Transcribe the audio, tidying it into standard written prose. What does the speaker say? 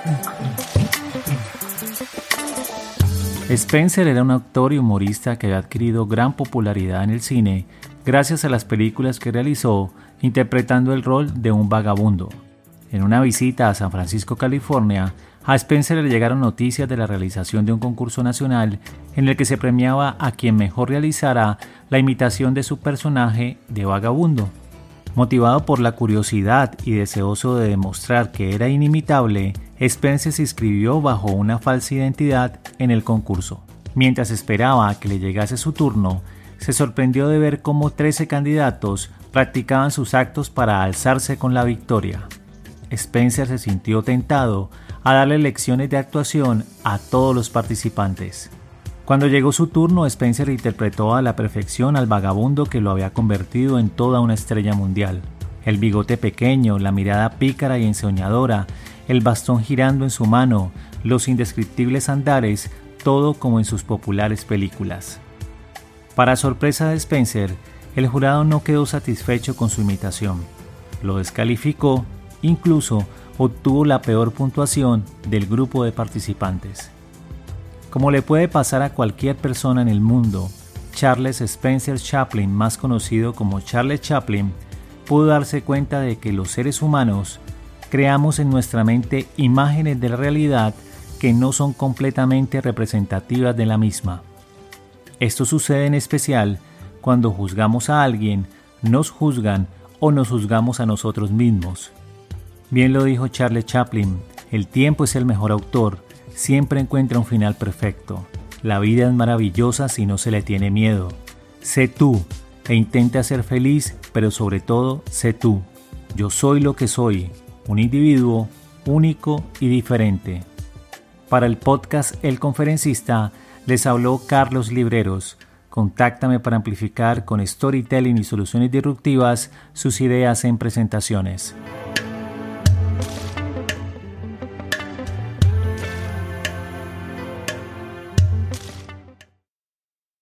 Spencer era un actor y humorista que había adquirido gran popularidad en el cine gracias a las películas que realizó interpretando el rol de un vagabundo. En una visita a San Francisco, California, a Spencer le llegaron noticias de la realización de un concurso nacional en el que se premiaba a quien mejor realizara la imitación de su personaje de vagabundo. Motivado por la curiosidad y deseoso de demostrar que era inimitable, Spencer se inscribió bajo una falsa identidad en el concurso. Mientras esperaba a que le llegase su turno, se sorprendió de ver cómo 13 candidatos practicaban sus actos para alzarse con la victoria. Spencer se sintió tentado a darle lecciones de actuación a todos los participantes. Cuando llegó su turno, Spencer interpretó a la perfección al vagabundo que lo había convertido en toda una estrella mundial. El bigote pequeño, la mirada pícara y ensoñadora, el bastón girando en su mano, los indescriptibles andares, todo como en sus populares películas. Para sorpresa de Spencer, el jurado no quedó satisfecho con su imitación. Lo descalificó, incluso obtuvo la peor puntuación del grupo de participantes. Como le puede pasar a cualquier persona en el mundo, Charles Spencer Chaplin, más conocido como Charles Chaplin, pudo darse cuenta de que los seres humanos creamos en nuestra mente imágenes de la realidad que no son completamente representativas de la misma. Esto sucede en especial cuando juzgamos a alguien, nos juzgan o nos juzgamos a nosotros mismos. Bien lo dijo Charles Chaplin, el tiempo es el mejor autor, siempre encuentra un final perfecto. La vida es maravillosa si no se le tiene miedo. Sé tú e intenta ser feliz, pero sobre todo, sé tú. Yo soy lo que soy, un individuo único y diferente. Para el podcast El Conferencista, les habló Carlos Libreros. Contáctame para amplificar con storytelling y soluciones disruptivas sus ideas en presentaciones.